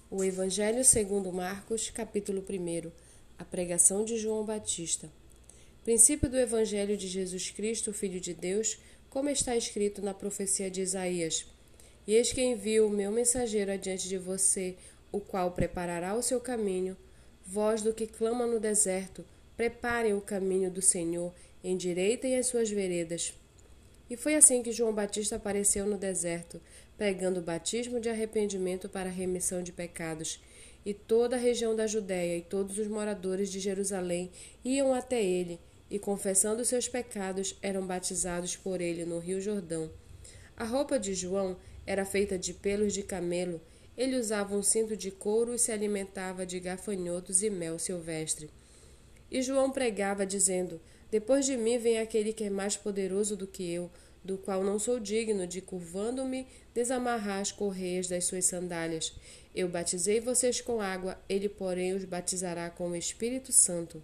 O Evangelho segundo Marcos, capítulo 1. A pregação de João Batista. Princípio do Evangelho de Jesus Cristo, Filho de Deus, como está escrito na profecia de Isaías. E eis que envio o meu mensageiro adiante de você, o qual preparará o seu caminho. Vós do que clama no deserto, preparem o caminho do Senhor, endireitem as suas veredas. E foi assim que João Batista apareceu no deserto, pregando o batismo de arrependimento para a remissão de pecados. E toda a região da Judéia e todos os moradores de Jerusalém iam até ele, e confessando seus pecados, eram batizados por ele no rio Jordão. A roupa de João era feita de pelos de camelo. Ele usava um cinto de couro e se alimentava de gafanhotos e mel silvestre. E João pregava, dizendo: Depois de mim vem aquele que é mais poderoso do que eu, do qual não sou digno de, curvando-me, desamarrar as correias das suas sandálias. Eu batizei vocês com água, ele, porém, os batizará com o Espírito Santo.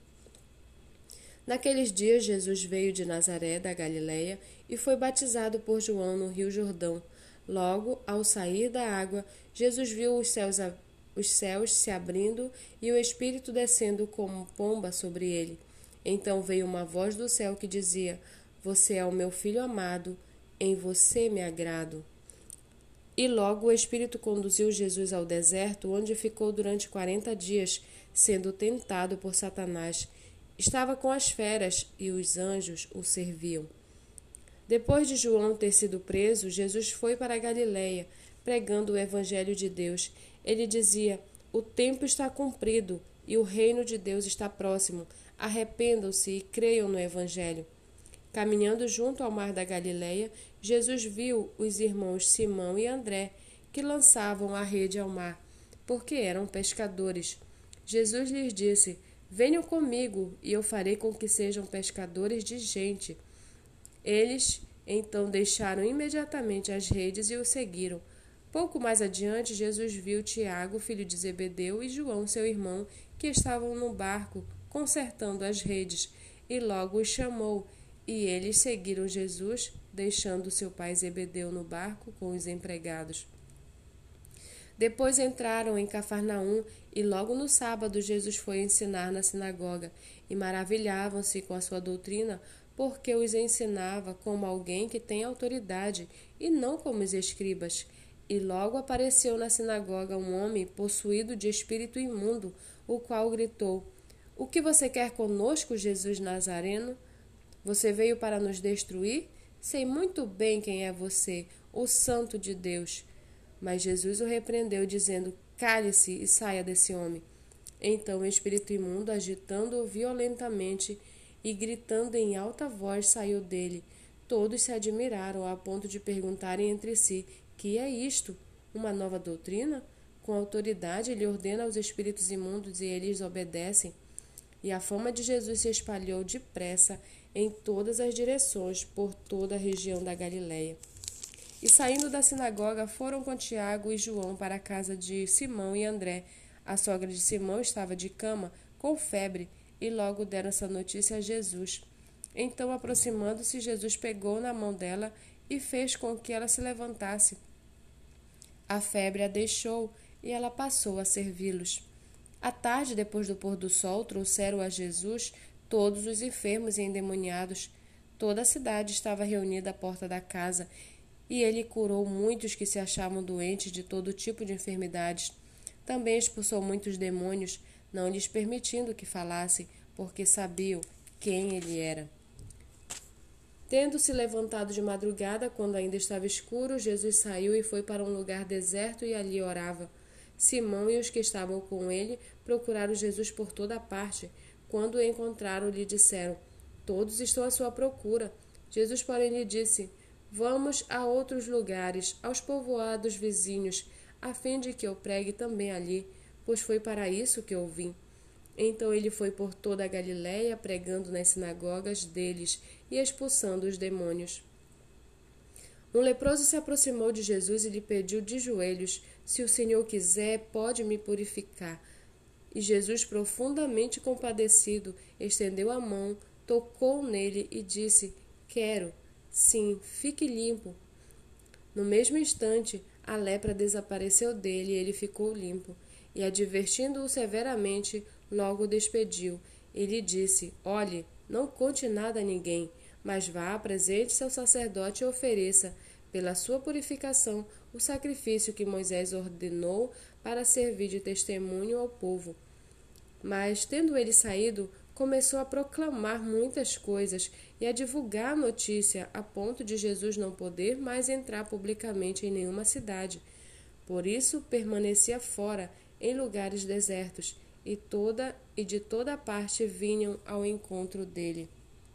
Naqueles dias, Jesus veio de Nazaré, da Galiléia, e foi batizado por João no rio Jordão. Logo, ao sair da água, Jesus viu os céus se abrindo e o Espírito descendo como pomba sobre ele. Então veio uma voz do céu que dizia: Você é o meu Filho amado, em você me agrado. E logo o Espírito conduziu Jesus ao deserto, onde ficou durante 40 dias, sendo tentado por Satanás. Estava com as feras, e os anjos o serviam. Depois de João ter sido preso, Jesus foi para a Galiléia, pregando o Evangelho de Deus. Ele dizia: O tempo está cumprido e o reino de Deus está próximo. Arrependam-se e creiam no Evangelho. Caminhando junto ao mar da Galiléia, Jesus viu os irmãos Simão e André, que lançavam a rede ao mar, porque eram pescadores. Jesus lhes disse: Venham comigo, e eu farei com que sejam pescadores de gente. Eles, então, deixaram imediatamente as redes e o seguiram. Pouco mais adiante, Jesus viu Tiago, filho de Zebedeu, e João, seu irmão, que estavam no barco, consertando as redes, e logo os chamou, e eles seguiram Jesus, deixando seu pai Zebedeu no barco com os empregados. Depois entraram em Cafarnaum, e logo no sábado Jesus foi ensinar na sinagoga, e maravilhavam-se com a sua doutrina, porque os ensinava como alguém que tem autoridade, e não como os escribas. E logo apareceu na sinagoga um homem possuído de espírito imundo, o qual gritou: O que você quer conosco, Jesus Nazareno? Você veio para nos destruir? Sei muito bem quem é você, o Santo de Deus. Mas Jesus o repreendeu, dizendo: Cale-se e saia desse homem. Então o espírito imundo, agitando-o violentamente e gritando em alta voz, saiu dele. Todos se admiraram, a ponto de perguntarem entre si: Que é isto? Uma nova doutrina? Com autoridade ele ordena aos espíritos imundos e eles obedecem. E a fama de Jesus se espalhou depressa em todas as direções, por toda a região da Galiléia. E saindo da sinagoga, foram com Tiago e João para a casa de Simão e André. A sogra de Simão estava de cama, com febre, e logo deram essa notícia a Jesus. Então, aproximando-se, Jesus pegou na mão dela e fez com que ela se levantasse. A febre a deixou e ela passou a servi-los. À tarde, depois do pôr do sol, trouxeram a Jesus todos os enfermos e endemoniados. Toda a cidade estava reunida à porta da casa, e ele curou muitos que se achavam doentes de todo tipo de enfermidades. Também expulsou muitos demônios, não lhes permitindo que falassem, porque sabiam quem ele era. Tendo-se levantado de madrugada, quando ainda estava escuro, Jesus saiu e foi para um lugar deserto e ali orava. Simão e os que estavam com ele procuraram Jesus por toda a parte. Quando o encontraram, lhe disseram: Todos estão à sua procura. Jesus, porém, lhe disse: Vamos a outros lugares, aos povoados vizinhos, a fim de que eu pregue também ali, pois foi para isso que eu vim. Então ele foi por toda a Galiléia, pregando nas sinagogas deles e expulsando os demônios. Um leproso se aproximou de Jesus e lhe pediu de joelhos: Se o Senhor quiser, pode me purificar. E Jesus, profundamente compadecido, estendeu a mão, tocou nele e disse: Quero. Sim, fique limpo. No mesmo instante, a lepra desapareceu dele e ele ficou limpo. e, advertindo-o severamente, logo o despediu. E lhe disse: Olhe, não conte nada a ninguém, mas vá, apresente-se ao sacerdote e ofereça, pela sua purificação, o sacrifício que Moisés ordenou para servir de testemunho ao povo. Mas, tendo ele saído, começou a proclamar muitas coisas e a divulgar a notícia, a ponto de Jesus não poder mais entrar publicamente em nenhuma cidade. Por isso, permanecia fora, em lugares desertos, e de toda parte vinham ao encontro dele.